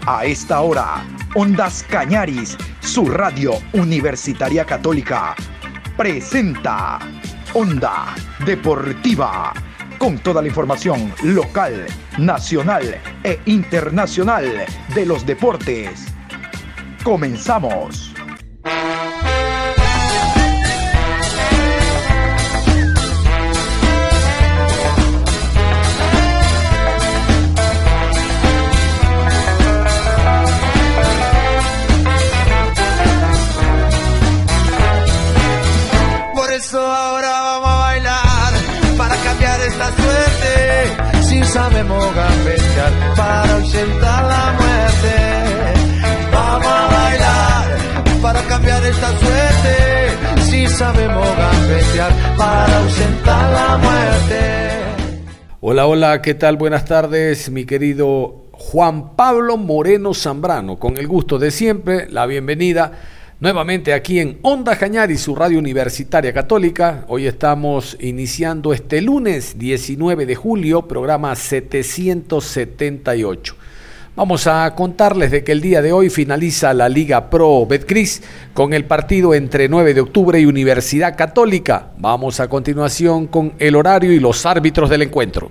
A esta hora, Ondas Cañaris, su radio universitaria católica, presenta Onda Deportiva, con toda la información local, nacional e internacional de los deportes. Comenzamos. Ahora vamos a bailar para cambiar esta suerte. Si sabemos gambetear para ausentar la muerte. Vamos a bailar para cambiar esta suerte. Si sabemos gambetear para ausentar la muerte. Hola, hola, ¿qué tal? Buenas tardes, mi querido Juan Pablo Moreno Zambrano. Con el gusto de siempre, la bienvenida nuevamente aquí en Onda Cañaris, su radio universitaria católica. Hoy estamos iniciando este lunes 19 de julio, programa 778. Vamos a contarles de que el día de hoy finaliza la Liga Pro Betcris con el partido entre 9 de octubre y Universidad Católica. Vamos a continuación con el horario y los árbitros del encuentro.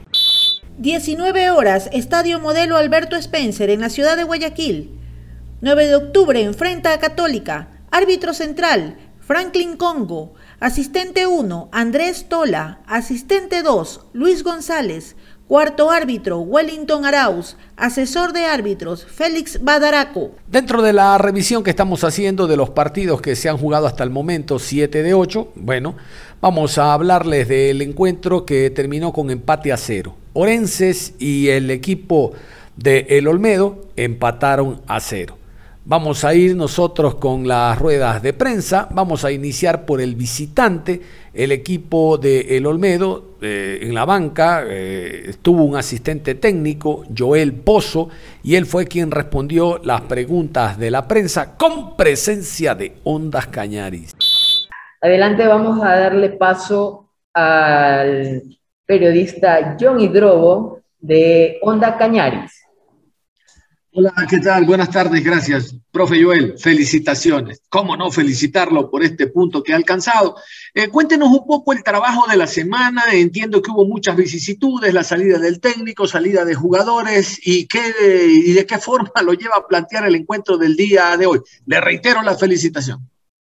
19 horas, Estadio Modelo Alberto Spencer en la ciudad de Guayaquil. 9 de octubre enfrenta a Católica. Árbitro central, Franklin Congo. Asistente 1, Andrés Tola. Asistente 2, Luis González. Cuarto árbitro, Wellington Arauz. Asesor de árbitros, Félix Badaraco. Dentro de la revisión que estamos haciendo de los partidos que se han jugado hasta el momento, 7 de 8, bueno, vamos a hablarles del encuentro que terminó con empate a 0. Orenses y el equipo de El Olmedo empataron a 0. Vamos a ir nosotros con las ruedas de prensa. Vamos a iniciar por el visitante, el equipo de El Olmedo. En la banca estuvo un asistente técnico, Joel Pozo, y él fue quien respondió las preguntas de la prensa con presencia de Ondas Cañaris. Adelante, vamos a darle paso al periodista John Hidrobo de Onda Cañaris. Hola, ¿qué tal? Buenas tardes, gracias. Profe Joel, felicitaciones. ¿Cómo no felicitarlo por este punto que ha alcanzado? Cuéntenos un poco el trabajo de la semana. Entiendo que hubo muchas vicisitudes, la salida del técnico, salida de jugadores, y de qué forma lo lleva a plantear el encuentro del día de hoy. Le reitero la felicitación.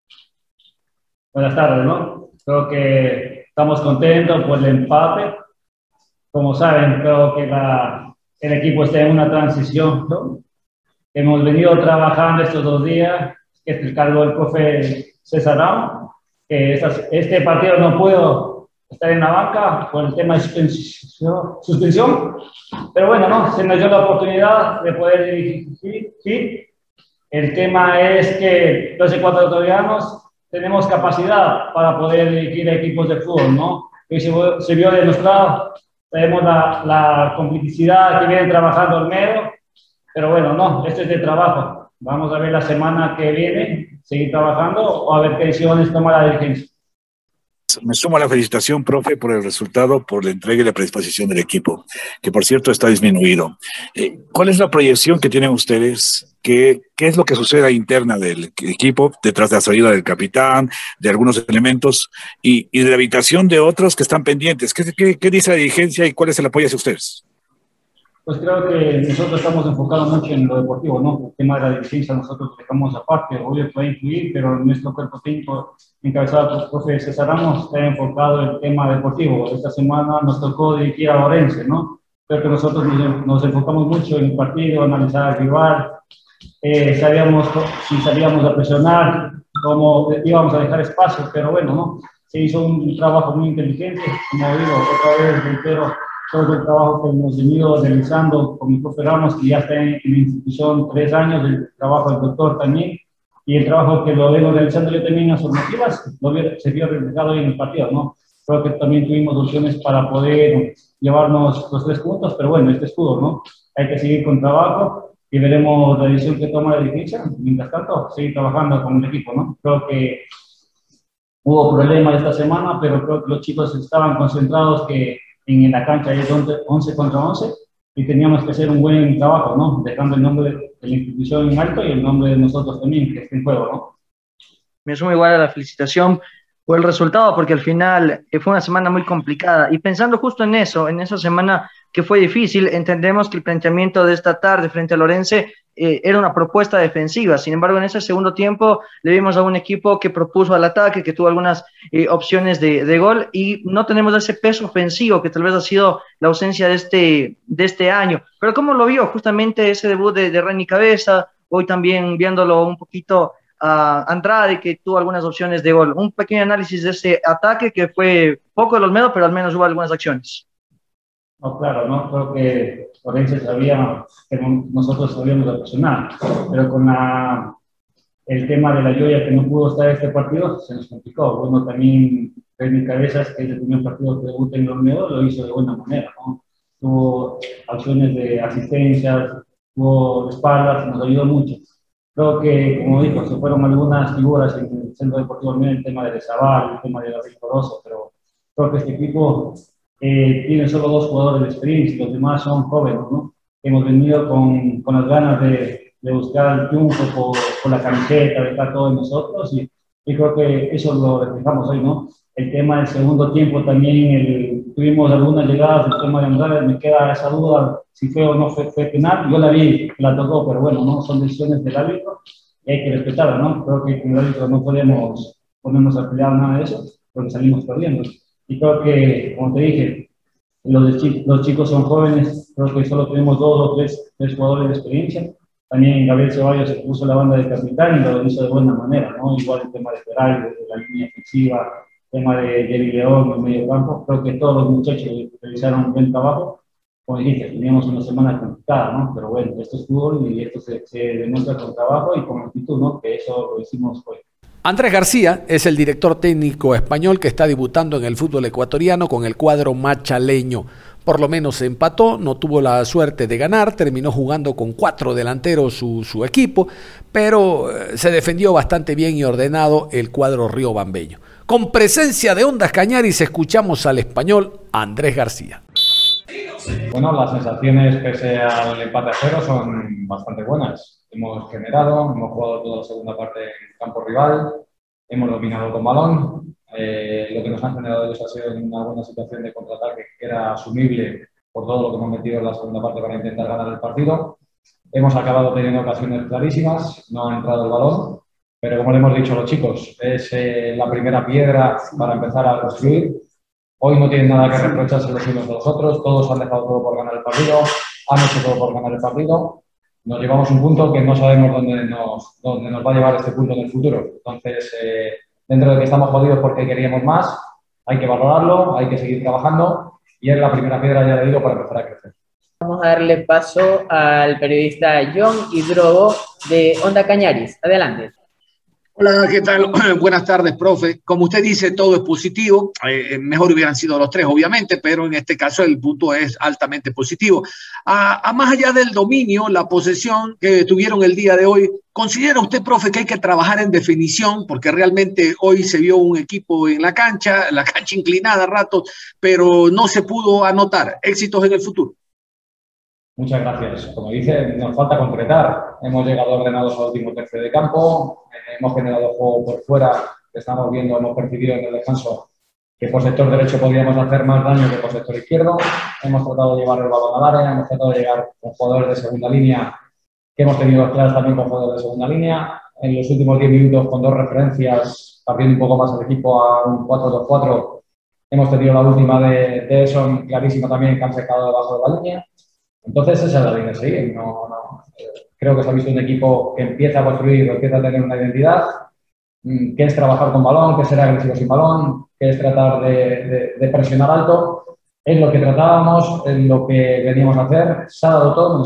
Buenas tardes, ¿no? Creo que estamos contentos por el empate. Como saben, creo que el equipo está en una transición, ¿no? Hemos venido trabajando estos 2 días, que es el cargo del profe César Ramos, que este partido no pudo estar en la banca por el tema de suspensión, pero bueno, ¿no? Se nos dio la oportunidad de poder dirigir, ¿sí? El tema es que los ecuatorianos tenemos capacidad para poder dirigir equipos de fútbol, ¿no? Y se vio demostrado. Tenemos la complicidad que viene trabajando Olmedo, pero bueno, no, esto es de trabajo. Vamos a ver la semana que viene, seguir trabajando o a ver qué decisiones toma la dirigencia. Me sumo a la felicitación, profe, por el resultado, por la entrega y la predisposición del equipo, que por cierto está disminuido. ¿Cuál es la proyección que tienen ustedes? ¿Qué es lo que sucede interna del equipo detrás de la salida del capitán, de algunos elementos y de la habitación de otros que están pendientes? ¿Qué dice la dirigencia y cuál es el apoyo hacia ustedes? Pues creo que nosotros estamos enfocados mucho en lo deportivo, ¿no? El tema de la dirigencia nosotros lo dejamos aparte, obvio puede influir, pero nuestro cuerpo técnico encabezado por el profe César Ramos está enfocado en el tema deportivo. Esta semana nos tocó dirigir a Orense, ¿no? Creo que nosotros nos enfocamos mucho en el partido, analizar al rival, sabíamos si salíamos a presionar, cómo íbamos a dejar espacio, pero bueno, ¿no? Se hizo un trabajo muy inteligente, como digo, otra vez reitero, todo el trabajo que hemos venido realizando con mi profe Ramos, que ya está en la institución 3 años, el trabajo del doctor también, y el trabajo que lo vengo realizando yo también en las formativas, se vio reflejado en el partido, ¿no? Creo que también tuvimos opciones para poder llevarnos los 3 puntos, pero bueno, este es fútbol, ¿no? Hay que seguir con trabajo y veremos la decisión que toma la dirigencia. Mientras tanto, seguir trabajando con el equipo, ¿no? Creo que hubo problemas esta semana, pero creo que los chicos estaban concentrados que en la cancha es 11 contra 11 y teníamos que hacer un buen trabajo, ¿no? Dejando el nombre la institución en alto y el nombre de nosotros también, que está en juego, ¿no? Me sumo igual a la felicitación por el resultado, porque al final fue una semana muy complicada. Y pensando justo en eso, en esa semana que fue difícil, entendemos que el planteamiento de esta tarde frente a Lorense era una propuesta defensiva. Sin embargo, en ese segundo tiempo le vimos a un equipo que propuso al ataque, que tuvo algunas opciones de gol, y no tenemos ese peso ofensivo que tal vez ha sido la ausencia de este año. Pero ¿cómo lo vio justamente ese debut de Renny Cabeza? Hoy también viéndolo un poquito a Andrade, que tuvo algunas opciones de gol. Un pequeño análisis de ese ataque que fue poco de los Olmedo, pero al menos hubo algunas acciones. No, claro, no creo que Lorense sabía que nosotros sabíamos de personal, pero con el tema de la Joya que no pudo estar en este partido, se nos complicó. Bueno, también Renny Cabezas, que es el primer partido que debuta en Olmedo, lo hizo de buena manera, ¿no? Tuvo acciones de asistencias, tuvo espaldas, nos ayudó mucho. Creo que, como dijo, se fueron algunas figuras en el Centro Deportivo Olmedo, el tema de Zabal, el tema de Gabriel Corozo, pero creo que este equipo tiene solo 2 jugadores de experiencia y los demás son jóvenes, ¿no? Hemos venido con las ganas de buscar el triunfo por la camiseta, de estar todos nosotros y creo que eso lo reflejamos hoy, ¿no? El tema del segundo tiempo también, tuvimos algunas llegadas, el tema de Andrade, me queda esa duda si fue o no fue penal. Yo la vi, la tocó, pero bueno, ¿no? Son decisiones del árbitro y hay que respetarla, ¿no? Creo que con el árbitro no podemos ponernos a pelear nada de eso, porque salimos perdiendo. Y creo que, como te dije, los chicos son jóvenes, creo que solo tenemos 2 o 3 jugadores de experiencia. También Gabriel Ceballos se puso la banda de capitán y lo hizo de buena manera, ¿no? Igual el tema de Feray, de la línea ofensiva, el tema de Jerry León en el medio campo. Creo que todos los muchachos realizaron un buen trabajo. Como dijiste, teníamos una semana complicada, ¿no? Pero bueno, esto es fútbol y esto se demuestra con trabajo y con actitud, ¿no? Que eso lo hicimos hoy. Andrés García es el director técnico español que está debutando en el fútbol ecuatoriano con el cuadro machaleño. Por lo menos se empató, no tuvo la suerte de ganar, terminó jugando con 4 delanteros su equipo, pero se defendió bastante bien y ordenado el cuadro riobambeño. Con presencia de Ondas Cañaris escuchamos al español Andrés García. Bueno, las sensaciones pese al empate a 0 son bastante buenas. Hemos generado, hemos jugado toda la segunda parte en campo rival, hemos dominado con balón. Lo que nos han generado ellos ha sido una buena situación de contraataque que era asumible por todo lo que hemos metido en la segunda parte para intentar ganar el partido. Hemos acabado teniendo ocasiones clarísimas, no ha entrado el balón, pero como le hemos dicho a los chicos, es la primera piedra para empezar a construir. Hoy no tienen nada que reprocharse los unos a los otros, todos han dejado todo por ganar el partido, han hecho todo por ganar el partido. Nos llevamos un punto que no sabemos dónde nos va a llevar este punto en el futuro. Entonces, dentro de que estamos jodidos porque queríamos más, hay que valorarlo, hay que seguir trabajando y es la primera piedra, ya le digo, para empezar a crecer. Vamos a darle paso al periodista John Hidrobo de Onda Cañaris. Adelante. Hola, ¿qué tal? Buenas tardes, profe. Como usted dice, todo es positivo. Mejor hubieran sido los 3, obviamente, pero en este caso el punto es altamente positivo. A más allá del dominio, la posesión que tuvieron el día de hoy, ¿considera usted, profe, que hay que trabajar en definición? Porque realmente hoy se vio un equipo en la cancha inclinada a ratos, pero no se pudo anotar. Éxitos en el futuro. Muchas gracias. Como dice, nos falta concretar. Hemos llegado ordenados al último tercio de campo, hemos generado juego por fuera, que estamos viendo, hemos percibido en el descanso que por sector derecho podríamos hacer más daño que por sector izquierdo. Hemos tratado de llevar el balón al área, hemos tratado de llegar con jugadores de segunda línea, que hemos tenido claras también con jugadores de segunda línea. En los últimos 10 minutos, con 2 referencias, partiendo un poco más el equipo a un 4-2-4, hemos tenido la última de Eson, clarísima también, que han secado debajo de la línea. Entonces, esa es la línea a seguir. Creo que se ha visto un equipo que empieza a construir, empieza a tener una identidad, que es trabajar con balón, que es ser agresivo sin balón, que es tratar de presionar alto. Es lo que tratábamos, es lo que veníamos a hacer. Se ha dado todo,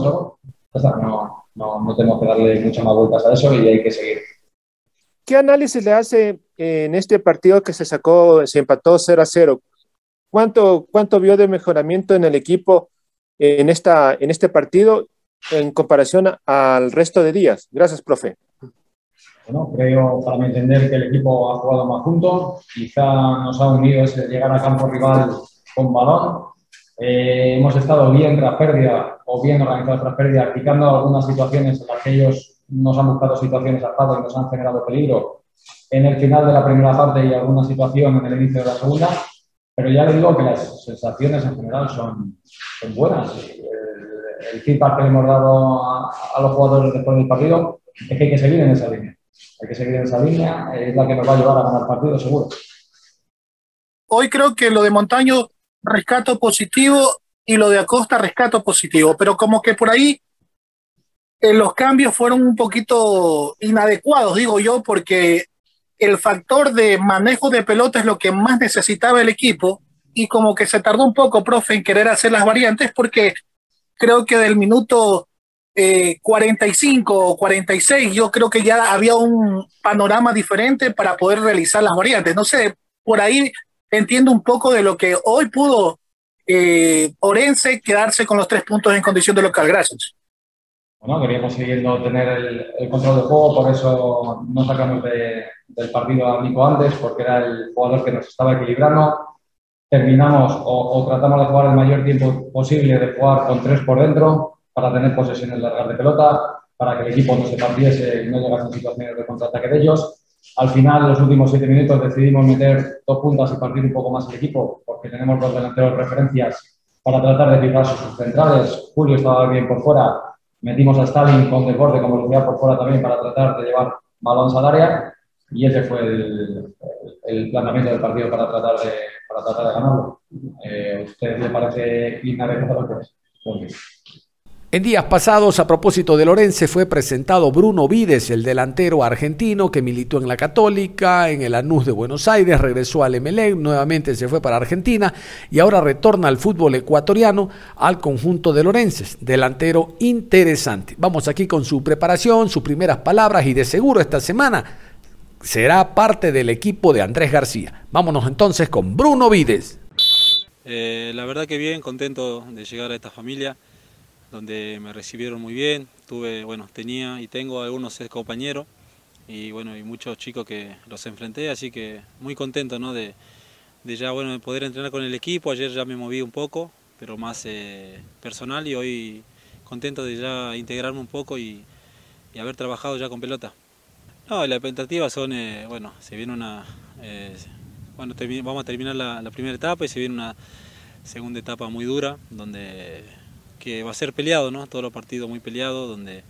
no tenemos que darle muchas más vueltas a eso y hay que seguir. ¿Qué análisis le hace en este partido que se empató 0-0? ¿Cuánto vio de mejoramiento en el equipo en este partido en comparación al resto de días? Gracias, profe. Bueno, creo, para mi entender, que el equipo ha jugado más juntos. Quizá nos ha unido ese llegar a campo rival con balón. Hemos estado bien tras pérdida o bien organizados tras pérdida, aplicando algunas situaciones en las que ellos nos han buscado situaciones a falta y nos han generado peligro en el final de la primera parte y alguna situación en el inicio de la segunda, pero ya les digo que las sensaciones en general son buenas. El feedback que le hemos dado a los jugadores después del partido es que hay que seguir en esa línea. Hay que seguir en esa línea, es la que nos va a llevar a ganar el partido, seguro. Hoy creo que lo de Montaño rescato positivo y lo de Acosta rescato positivo, pero como que por ahí los cambios fueron un poquito inadecuados, digo yo, porque el factor de manejo de pelota es lo que más necesitaba el equipo y como que se tardó un poco, profe, en querer hacer las variantes, porque creo que del minuto 45 o 46 yo creo que ya había un panorama diferente para poder realizar las variantes. No sé, por ahí entiendo un poco de lo que hoy pudo Orense quedarse con los 3 puntos en condición de local. Gracias. Bueno, queríamos seguir tener el control del juego, por eso no sacamos del partido a Nico Andes, porque era el jugador que nos estaba equilibrando. Terminamos o tratamos de jugar el mayor tiempo posible, de jugar con 3 por dentro, para tener posesiones largas de pelota, para que el equipo no se partiese y no llegase en situaciones de contraataque de ellos. Al final, en los últimos 7 minutos, decidimos meter 2 puntas y partir un poco más el equipo, porque tenemos 2 delanteros referencias para tratar de fijar sus centrales. Julio estaba bien por fuera. Metimos a Stalin con desborde con velocidad por fuera también para tratar de llevar balones al área y ese fue el planteamiento del partido para tratar de ganarlo. ¿A usted le parece inadecuado? Pues, en días pasados, a propósito de Orense, fue presentado Bruno Vides, el delantero argentino que militó en la Católica, en el Lanús de Buenos Aires, regresó al Emelec, nuevamente se fue para Argentina y ahora retorna al fútbol ecuatoriano, al conjunto de Orense. Delantero interesante. Vamos aquí con su preparación, sus primeras palabras y de seguro esta semana será parte del equipo de Andrés García. Vámonos entonces con Bruno Vides. La verdad que bien, contento de llegar a esta familia, donde me recibieron muy bien. Tenía y tengo algunos ex compañeros y muchos chicos que los enfrenté, así que muy contento, ¿no? de ya de poder entrenar con el equipo. Ayer ya me moví un poco, pero más personal, y hoy contento de ya integrarme un poco y haber trabajado ya con pelota. No, las expectativas son, se viene vamos a terminar la primera etapa y se viene una segunda etapa muy dura, que va a ser peleado, ¿no? Todos los partidos muy peleados, donde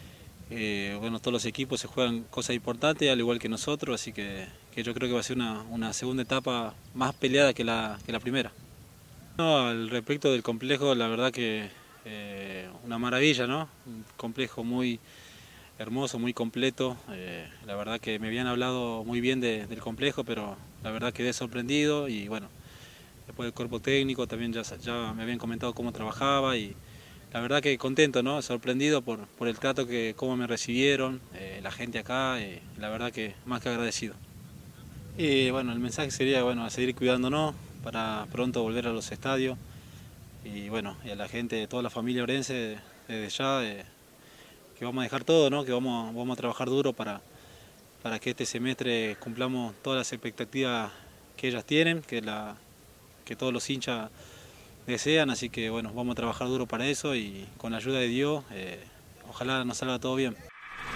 todos los equipos se juegan cosas importantes, al igual que nosotros, así que yo creo que va a ser una segunda etapa más peleada que la primera. No, al respecto del complejo, la verdad que una maravilla, ¿no? Un complejo muy hermoso, muy completo. La verdad que me habían hablado muy bien del complejo, pero la verdad quedé sorprendido y después del cuerpo técnico también ya me habían comentado cómo trabajaba y la verdad que contento, ¿no? Sorprendido por el trato, cómo me recibieron, la gente acá, la verdad que más que agradecido. Y el mensaje sería a seguir cuidándonos para pronto volver a los estadios y a la gente, toda la familia orense desde ya, que vamos a dejar todo, ¿no? Que vamos a trabajar duro para que este semestre cumplamos todas las expectativas que ellas tienen, que todos los hinchas desean, así que vamos a trabajar duro para eso y con la ayuda de Dios, ojalá nos salga todo bien.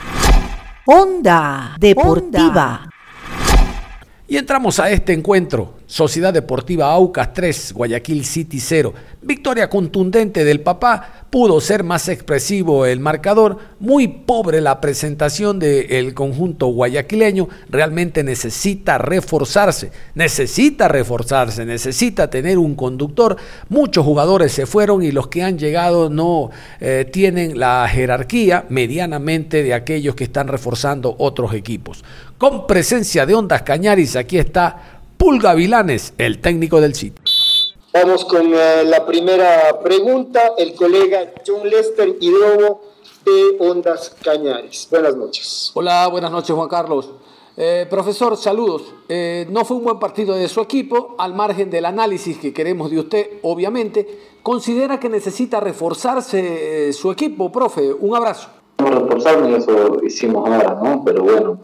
Onda Deportiva. Y entramos a este encuentro. Sociedad Deportiva Aucas 3, Guayaquil City 0. Victoria contundente del Papá. Pudo ser más expresivo el marcador. Muy pobre la presentación del conjunto guayaquileño. Realmente necesita reforzarse. Necesita tener un conductor. Muchos jugadores se fueron y los que han llegado no tienen la jerarquía medianamente de aquellos que están reforzando otros equipos. Con presencia de Ondas Cañaris, aquí está Pulga Vilanes, el técnico del City. Vamos con la primera pregunta, el colega John Lester Hidrobo de Ondas Cañaris. Buenas noches. Hola, buenas noches, Juan Carlos. Profesor, saludos. No fue un buen partido de su equipo, al margen del análisis que queremos de usted, obviamente. ¿Considera que necesita reforzarse su equipo, profe? Un abrazo. Reforzarnos, eso hicimos ahora, ¿no? Pero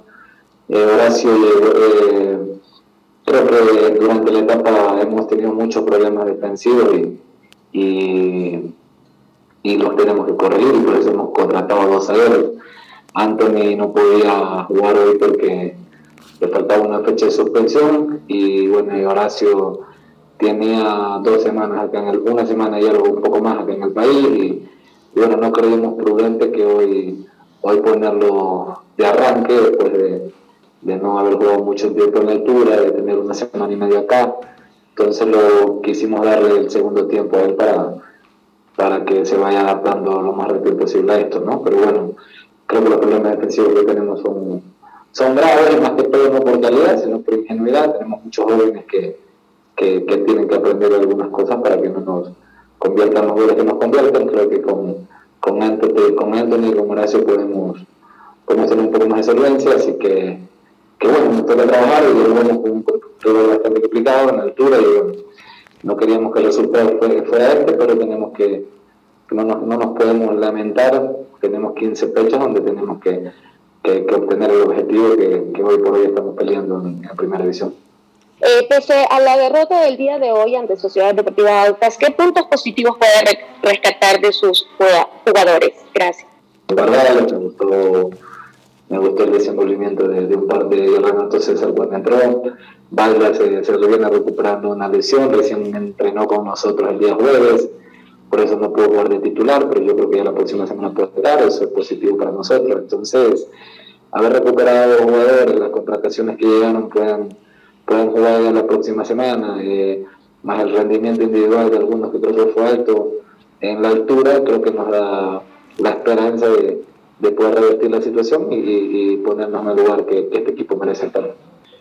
Horacio creo que durante la etapa hemos tenido muchos problemas defensivos y y los tenemos que corregir, y por eso hemos contratado a 2 zagueros. Anthony no podía jugar hoy porque le faltaba una fecha de suspensión, y bueno, y Horacio tenía 2 semanas acá una semana y algo, un poco más acá en el país, y bueno, no creímos prudente que hoy ponerlo de arranque después de no haber jugado mucho tiempo en la altura, de tener una semana y media acá. Entonces quisimos darle el segundo tiempo a él para que se vaya adaptando lo más rápido posible a esto, ¿no? Pero bueno, creo que los problemas defensivos que tenemos son graves, más que todo no por calidad, sino por ingenuidad. Tenemos muchos jóvenes que tienen que aprender algunas cosas para que no nos conviertan los goles que nos convierten. Creo que con Anthony y con Horacio podemos tener un poco más de solvencia, así que bueno, nos toca trabajar, y lo vemos con un rival bastante complicado en la altura, y bueno, no queríamos que el resultado fuera este, pero tenemos que no nos podemos lamentar. Tenemos 15 fechas donde tenemos que obtener el objetivo que hoy por hoy estamos peleando en la primera división. Pese a la derrota del día de hoy ante Sociedad Deportiva Aucas, ¿qué puntos positivos puede rescatar de sus jugadores? Gracias. La verdad, me gustó el desenvolvimiento de un par de Renato César cuando entró. Valda se viene recuperando una lesión, recién entrenó con nosotros el día jueves, por eso no pudo jugar de titular, pero yo creo que ya la próxima semana puede estar, eso es positivo para nosotros. Entonces, haber recuperado a los jugadores, las contrataciones que llegaron puedan jugar ya la próxima semana, más el rendimiento individual de algunos que creo que fue alto en la altura, creo que nos da la esperanza de poder revertir la situación y ponernos en el lugar que este equipo merece estar.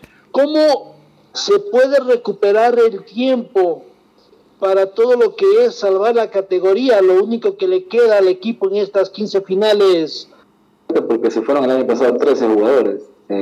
¿Cómo se puede recuperar el tiempo para todo lo que es salvar la categoría? Lo único que le queda al equipo en estas 15 finales. Porque se fueron el año pasado 13 jugadores,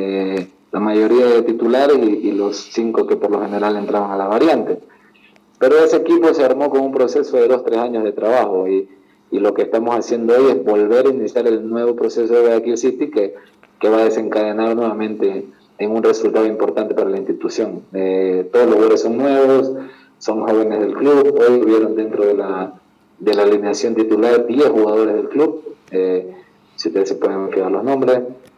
la mayoría de titulares y los 5 que por lo general entraban a la variante. Pero ese equipo se armó con un proceso de 2-3 años de trabajo, y lo que estamos haciendo hoy es volver a iniciar el nuevo proceso de Guayaquil City que va a desencadenar nuevamente en un resultado importante para la institución. Todos los jugadores son nuevos, son jóvenes del club. Hoy vieron dentro de la alineación titular 10 jugadores del club. Si ustedes se pueden fijar los nombres,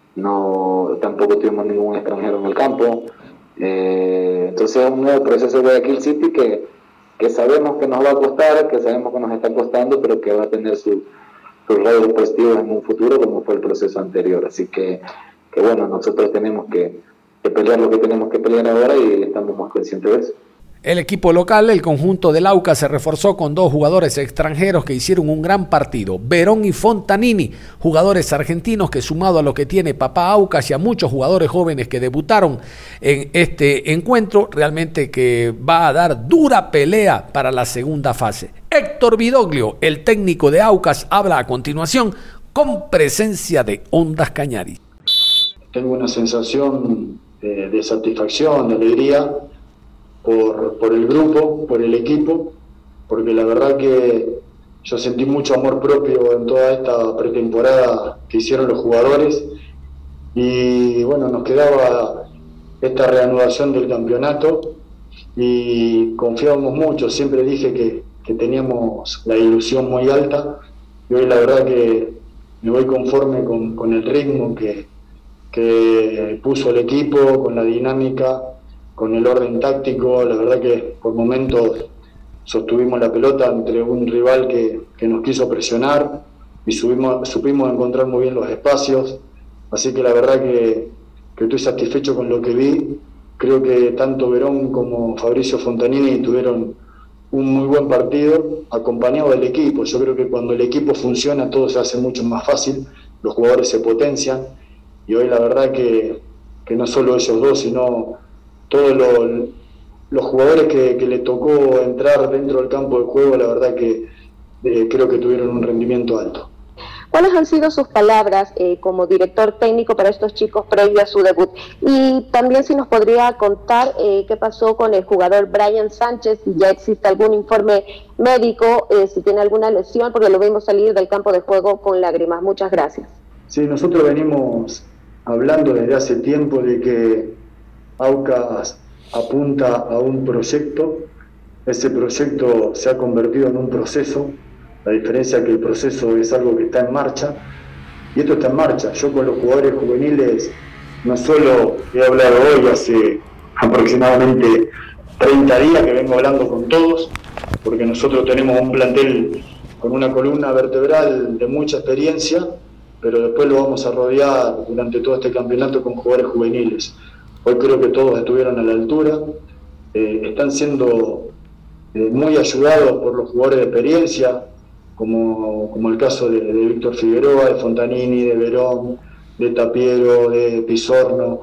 tampoco tuvimos ningún extranjero en el campo. Entonces es un nuevo proceso de Guayaquil City que sabemos que nos va a costar, que sabemos que nos está costando, pero que va a tener sus rasgos positivos en un futuro, como fue el proceso anterior. Así que bueno, nosotros tenemos que pelear lo que tenemos que pelear ahora, y estamos más conscientes de eso. El equipo local, el conjunto del Aucas, se reforzó con 2 jugadores extranjeros que hicieron un gran partido. Verón y Fontanini, jugadores argentinos que, sumado a lo que tiene papá Aucas y a muchos jugadores jóvenes que debutaron en este encuentro, realmente que va a dar dura pelea para la segunda fase. Héctor Vidoglio, el técnico de Aucas, habla a continuación con presencia de Ondas Cañaris. Tengo una sensación de satisfacción, de alegría por el grupo, por el equipo, porque la verdad que yo sentí mucho amor propio en toda esta pretemporada que hicieron los jugadores, y bueno, nos quedaba esta reanudación del campeonato y confiábamos mucho. Siempre dije que teníamos la ilusión muy alta, y hoy la verdad que me voy conforme con el ritmo que puso el equipo, con la dinámica, con el orden táctico. La verdad que por momentos sostuvimos la pelota entre un rival que nos quiso presionar, y supimos encontrar muy bien los espacios. Así que la verdad que estoy satisfecho con lo que vi. Creo que tanto Verón como Fabricio Fontanini tuvieron un muy buen partido, acompañado del equipo. Yo creo que cuando el equipo funciona todo se hace mucho más fácil, los jugadores se potencian, y hoy la verdad que no solo ellos dos, sino todos los jugadores que le tocó entrar dentro del campo de juego, la verdad que creo que tuvieron un rendimiento alto. ¿Cuáles han sido sus palabras como director técnico para estos chicos previo a su debut? Y también si nos podría contar qué pasó con el jugador Brian Sánchez, si ya existe algún informe médico, si tiene alguna lesión, porque lo vimos salir del campo de juego con lágrimas. Muchas gracias. Sí, nosotros venimos hablando desde hace tiempo de que Aucas apunta a un proyecto. Ese proyecto se ha convertido en un proceso. La diferencia es que el proceso es algo que está en marcha, y esto está en marcha. Yo con los jugadores juveniles no solo he hablado hoy, hace aproximadamente 30 días que vengo hablando con todos, porque nosotros tenemos un plantel con una columna vertebral de mucha experiencia, pero después lo vamos a rodear durante todo este campeonato con jugadores juveniles. Hoy creo que todos estuvieron a la altura, están siendo muy ayudados por los jugadores de experiencia, como el caso de Víctor Figueroa, de Fontanini, de Verón, de Tapiero, de Pizorno,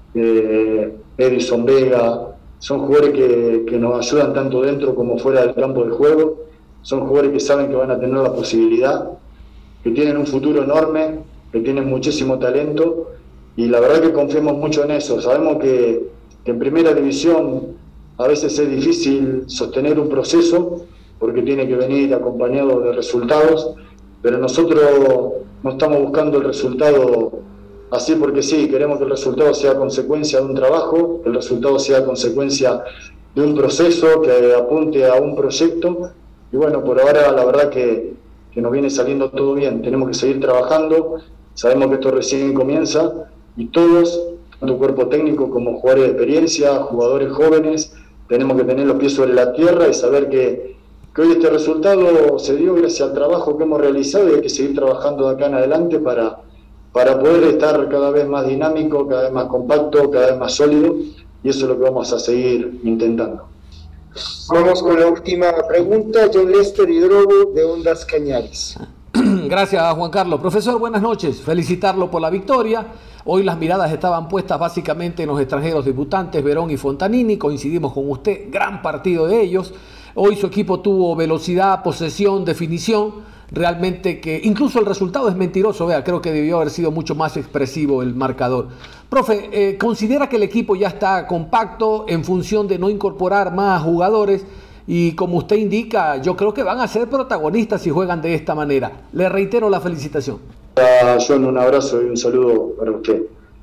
de Edison Vega. Son jugadores que nos ayudan tanto dentro como fuera del campo de juego. Son jugadores que saben que van a tener la posibilidad, que tienen un futuro enorme, que tienen muchísimo talento, y la verdad que confiamos mucho en eso. Sabemos que en primera división a veces es difícil sostener un proceso porque tiene que venir acompañado de resultados, pero nosotros no estamos buscando el resultado así porque sí. Queremos que el resultado sea consecuencia de un trabajo, que el resultado sea consecuencia de un proceso que apunte a un proyecto, y bueno, por ahora la verdad que nos viene saliendo todo bien. Tenemos que seguir trabajando, sabemos que esto recién comienza, y todos, tanto cuerpo técnico como jugadores de experiencia, jugadores jóvenes, tenemos que tener los pies sobre la tierra y saber que hoy este resultado se dio gracias al trabajo que hemos realizado, y hay que seguir trabajando de acá en adelante para poder estar cada vez más dinámico, cada vez más compacto, cada vez más sólido, y eso es lo que vamos a seguir intentando. Vamos con la última pregunta, John Lester Hidrobo de Ondas Cañaris. Gracias, Juan Carlos. Profesor, buenas noches. Felicitarlo por la victoria. Hoy las miradas estaban puestas básicamente en los extranjeros debutantes, Verón y Fontanini. Coincidimos con usted, gran partido de ellos. Hoy su equipo tuvo velocidad, posesión, definición. Realmente que incluso el resultado es mentiroso. Vea, creo que debió haber sido mucho más expresivo el marcador. Profe, ¿considera que el equipo ya está compacto en función de no incorporar más jugadores? Y como usted indica, yo creo que van a ser protagonistas si juegan de esta manera. Le reitero la felicitación. John, un abrazo y un saludo para usted.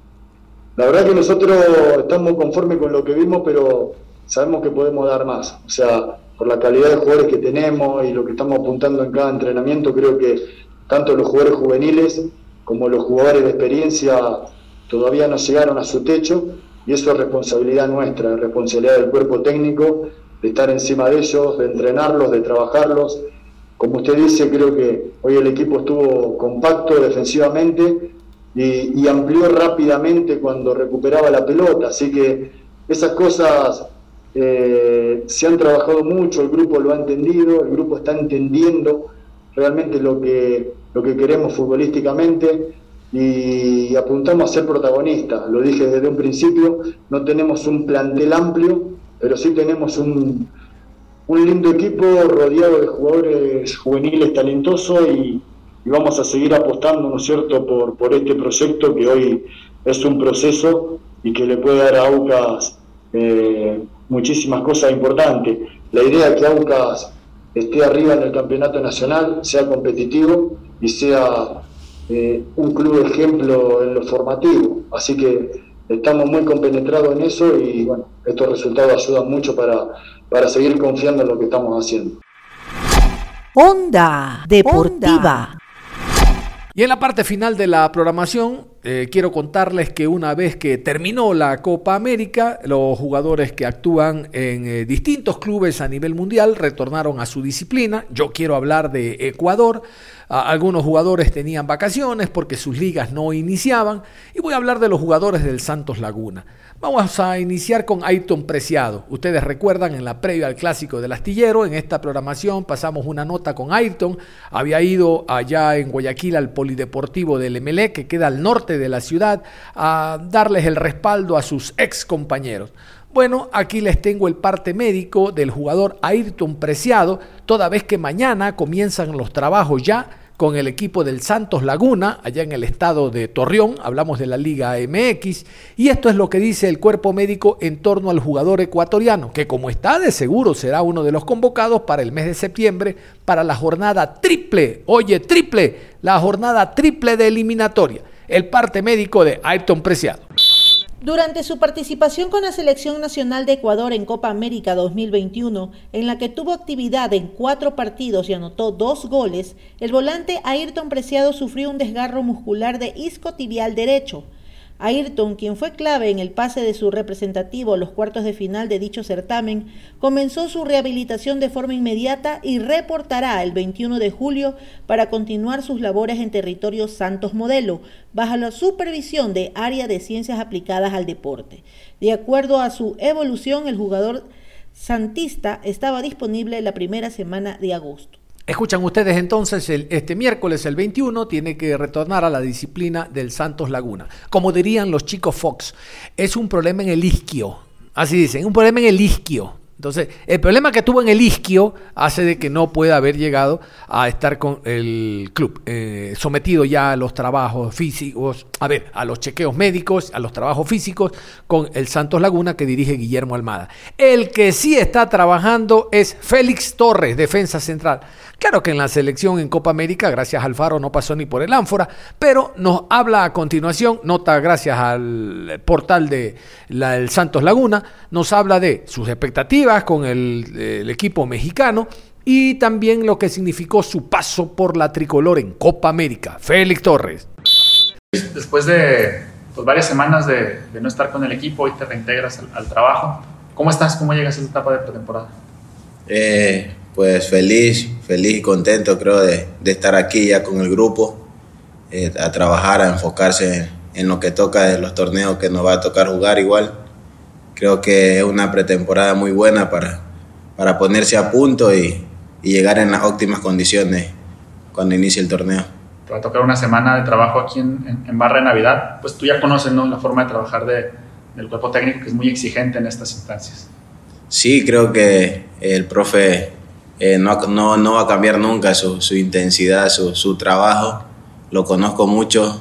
La verdad que nosotros estamos conformes con lo que vimos, pero sabemos que podemos dar más. O sea, por la calidad de jugadores que tenemos y lo que estamos apuntando en cada entrenamiento, creo que tanto los jugadores juveniles como los jugadores de experiencia todavía no llegaron a su techo, y eso es responsabilidad nuestra, es responsabilidad del cuerpo técnico, de estar encima de ellos, de entrenarlos, de trabajarlos. Como usted dice, creo que hoy el equipo estuvo compacto defensivamente y amplió rápidamente cuando recuperaba la pelota, así que esas cosas se han trabajado mucho, el grupo lo ha entendido, el grupo está entendiendo realmente lo que queremos futbolísticamente, y apuntamos a ser protagonistas. Lo dije desde un principio, no tenemos un plantel amplio, pero sí tenemos un lindo equipo rodeado de jugadores juveniles talentosos, y vamos a seguir apostando, ¿no es cierto?, por este proyecto que hoy es un proceso y que le puede dar a Aucas muchísimas cosas importantes. La idea es que Aucas esté arriba en el campeonato nacional, sea competitivo y sea un club ejemplo en lo formativo. Así que estamos muy compenetrados en eso, y bueno, estos resultados ayudan mucho para seguir confiando en lo que estamos haciendo. Onda Deportiva. Y en la parte final de la programación, quiero contarles que una vez que terminó la Copa América, los jugadores que actúan en distintos clubes a nivel mundial retornaron a su disciplina. Yo quiero hablar de Ecuador. Algunos jugadores tenían vacaciones porque sus ligas no iniciaban, y voy a hablar de los jugadores del Santos Laguna. Vamos a iniciar con Ayrton Preciado. Ustedes recuerdan, en la previa al Clásico del Astillero, en esta programación pasamos una nota con Ayrton. Había ido allá en Guayaquil al Polideportivo del Emelec, que queda al norte de la ciudad, a darles el respaldo a sus ex compañeros. Bueno, aquí les tengo el parte médico del jugador Ayrton Preciado, toda vez que mañana comienzan los trabajos ya con el equipo del Santos Laguna, allá en el estado de Torreón. Hablamos de la Liga MX, y esto es lo que dice el cuerpo médico en torno al jugador ecuatoriano, que como está de seguro será uno de los convocados para el mes de septiembre, para la jornada triple, la jornada triple de eliminatoria. El parte médico de Ayrton Preciado. Durante su participación con la Selección Nacional de Ecuador en Copa América 2021, en la que tuvo actividad en 4 partidos y anotó 2 goles, el volante Ayrton Preciado sufrió un desgarro muscular de isquiotibial derecho. Ayrton, quien fue clave en el pase de su representativo a los cuartos de final de dicho certamen, comenzó su rehabilitación de forma inmediata y reportará el 21 de julio para continuar sus labores en territorio Santos Modelo, bajo la supervisión de Área de Ciencias Aplicadas al Deporte. De acuerdo a su evolución, el jugador santista estaba disponible la primera semana de agosto. Escuchan ustedes entonces, este miércoles, el 21, tiene que retornar a la disciplina del Santos Laguna. Como dirían los chicos Fox, es un problema en el isquio. Así dicen, un problema en el isquio. Entonces, el problema que tuvo en el isquio hace de que no pueda haber llegado a estar con el club, sometido ya a los trabajos físicos, a los chequeos médicos, a los trabajos físicos con el Santos Laguna que dirige Guillermo Almada. El que sí está trabajando es Félix Torres, defensa central. Claro que en la selección en Copa América, gracias al Faro, no pasó ni por el ánfora, pero nos habla a continuación, nota gracias al portal de el Santos Laguna, nos habla de sus expectativas con el equipo mexicano y también lo que significó su paso por la tricolor en Copa América. Félix Torres. Después de varias semanas de no estar con el equipo, hoy te reintegras al trabajo. ¿Cómo estás? ¿Cómo llegas a esta etapa de pretemporada? Pues feliz y contento, creo, de estar aquí ya con el grupo, a trabajar, a enfocarse en lo que toca de los torneos que nos va a tocar jugar igual. Creo que es una pretemporada muy buena para ponerse a punto y llegar en las óptimas condiciones cuando inicie el torneo. Te va a tocar una semana de trabajo aquí en Barra de Navidad. Pues tú ya conoces, ¿no?, la forma de trabajar del cuerpo técnico, que es muy exigente en estas instancias. Sí, creo que el profe no va a cambiar nunca su intensidad, su trabajo. Lo conozco mucho,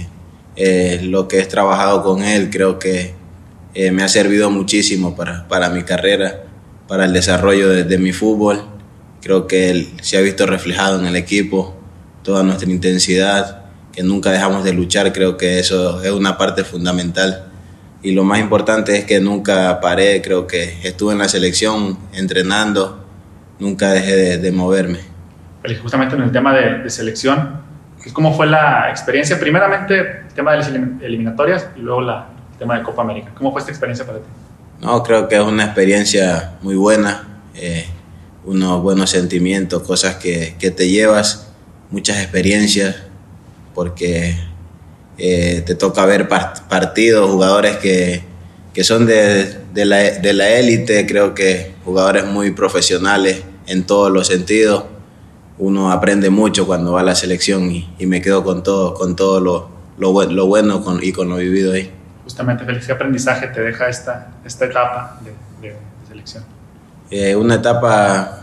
lo que he trabajado con él creo que me ha servido muchísimo para mi carrera, para el desarrollo de mi fútbol. Creo que él se ha visto reflejado en el equipo, toda nuestra intensidad, que nunca dejamos de luchar. Creo que eso es una parte fundamental. Y lo más importante es que nunca paré, creo que estuve en la selección entrenando, nunca dejé de moverme. Justamente en el tema de selección, ¿cómo fue la experiencia? Primeramente, el tema de las eliminatorias y luego el tema de Copa América. ¿Cómo fue esta experiencia para ti? No, creo que es una experiencia muy buena, unos buenos sentimientos, cosas que te llevas, muchas experiencias, porque te toca ver partidos, jugadores que son de la élite, creo que jugadores muy profesionales en todos los sentidos. Uno aprende mucho cuando va a la selección y me quedo con todo lo bueno y con lo vivido ahí. Justamente, Félix, ¿qué aprendizaje te deja esta etapa de selección? Una etapa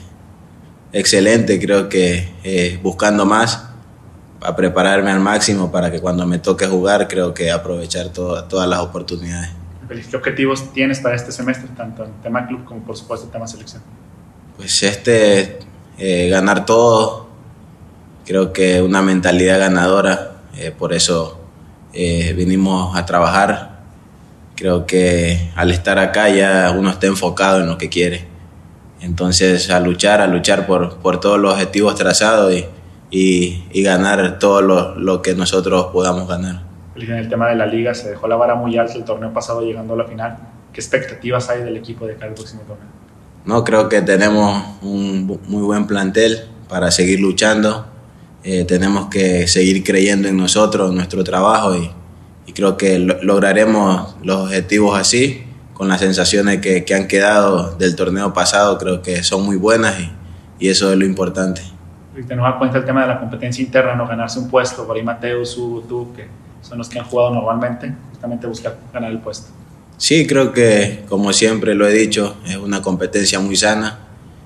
excelente, creo que buscando más, a prepararme al máximo para que cuando me toque jugar, creo que aprovechar todas las oportunidades. ¿Qué objetivos tienes para este semestre, tanto en tema club como por supuesto en tema selección? Pues ganar todo, creo que una mentalidad ganadora, por eso vinimos a trabajar. Creo que al estar acá ya uno está enfocado en lo que quiere, entonces a luchar por todos los objetivos trazados y ganar todo lo que nosotros podamos ganar. En el tema de la liga se dejó la vara muy alta el torneo pasado llegando a la final. ¿Qué expectativas hay del equipo de cara al próximo torneo? No, creo que tenemos un muy buen plantel para seguir luchando. Tenemos que seguir creyendo en nosotros, en nuestro trabajo y creo que lograremos los objetivos así, con las sensaciones que han quedado del torneo pasado. Creo que son muy buenas y eso es lo importante. De nueva cuenta el tema de la competencia interna, no ganarse un puesto, por ahí Mateus, Hugo, tú, que son los que han jugado normalmente, justamente buscar ganar el puesto. Sí, creo que como siempre lo he dicho, es una competencia muy sana,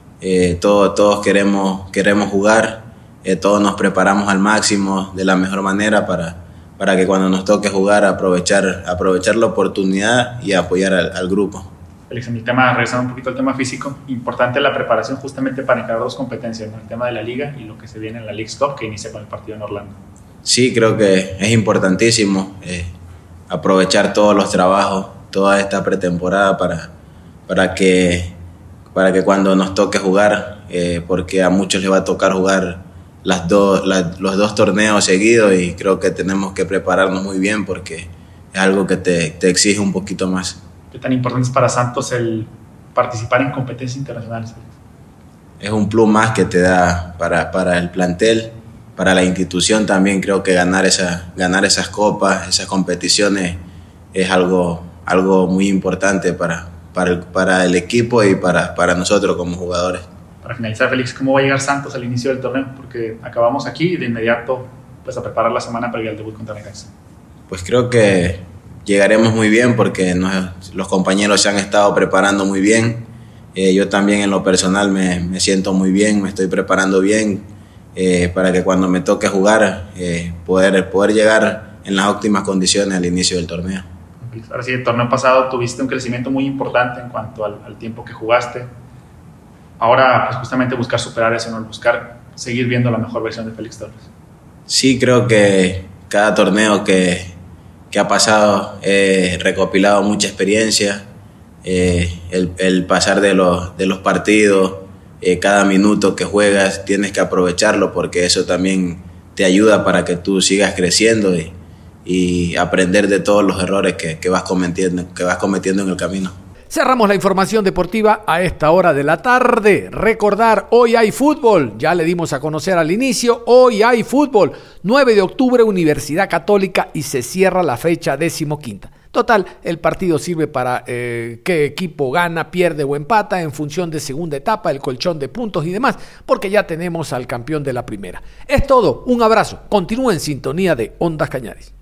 todos queremos jugar, todos nos preparamos al máximo de la mejor manera para que cuando nos toque jugar aprovechar la oportunidad y apoyar al grupo. Félix, en el tema, regresando un poquito al tema físico, importante la preparación justamente para encarar dos competencias, ¿no? El tema de la Liga y lo que se viene en la Leagues Cup, que inicia con el partido en Orlando. Sí, creo que es importantísimo aprovechar todos los trabajos, toda esta pretemporada para que cuando nos toque jugar, porque a muchos les va a tocar jugar los dos torneos seguidos, y creo que tenemos que prepararnos muy bien porque es algo que te exige un poquito más. ¿Qué tan importante es para Santos el participar en competencias internacionales? Es un plus más que te da para el plantel, para la institución también. Creo que ganar esas copas, esas competiciones es algo muy importante para el equipo y para nosotros como jugadores. Para finalizar, Félix, ¿cómo va a llegar Santos al inicio del torneo? Porque acabamos aquí y de inmediato pues, a preparar la semana previa al debut contra Necaxa. Pues creo que llegaremos muy bien porque los compañeros se han estado preparando muy bien. Yo también en lo personal me siento muy bien, me estoy preparando bien para que cuando me toque jugar poder llegar en las óptimas condiciones al inicio del torneo. Ahora sí, el torneo pasado tuviste un crecimiento muy importante en cuanto al tiempo que jugaste. Ahora, pues justamente buscar superar eso, ¿no? Buscar seguir viendo la mejor versión de Félix Torres. Sí, creo que cada torneo que ha pasado he recopilado mucha experiencia. El pasar de los partidos, cada minuto que juegas tienes que aprovecharlo porque eso también te ayuda para que tú sigas creciendo y aprender de todos los errores que vas cometiendo en el camino. Cerramos la información deportiva a esta hora de la tarde. Recordar, hoy hay fútbol. Ya le dimos a conocer al inicio, hoy hay fútbol. 9 de octubre, Universidad Católica, y se cierra la fecha 15ª. Total, el partido sirve para qué equipo gana, pierde o empata en función de segunda etapa, el colchón de puntos y demás, porque ya tenemos al campeón de la primera. Es todo, un abrazo. Continúa en sintonía de Ondas Cañaris.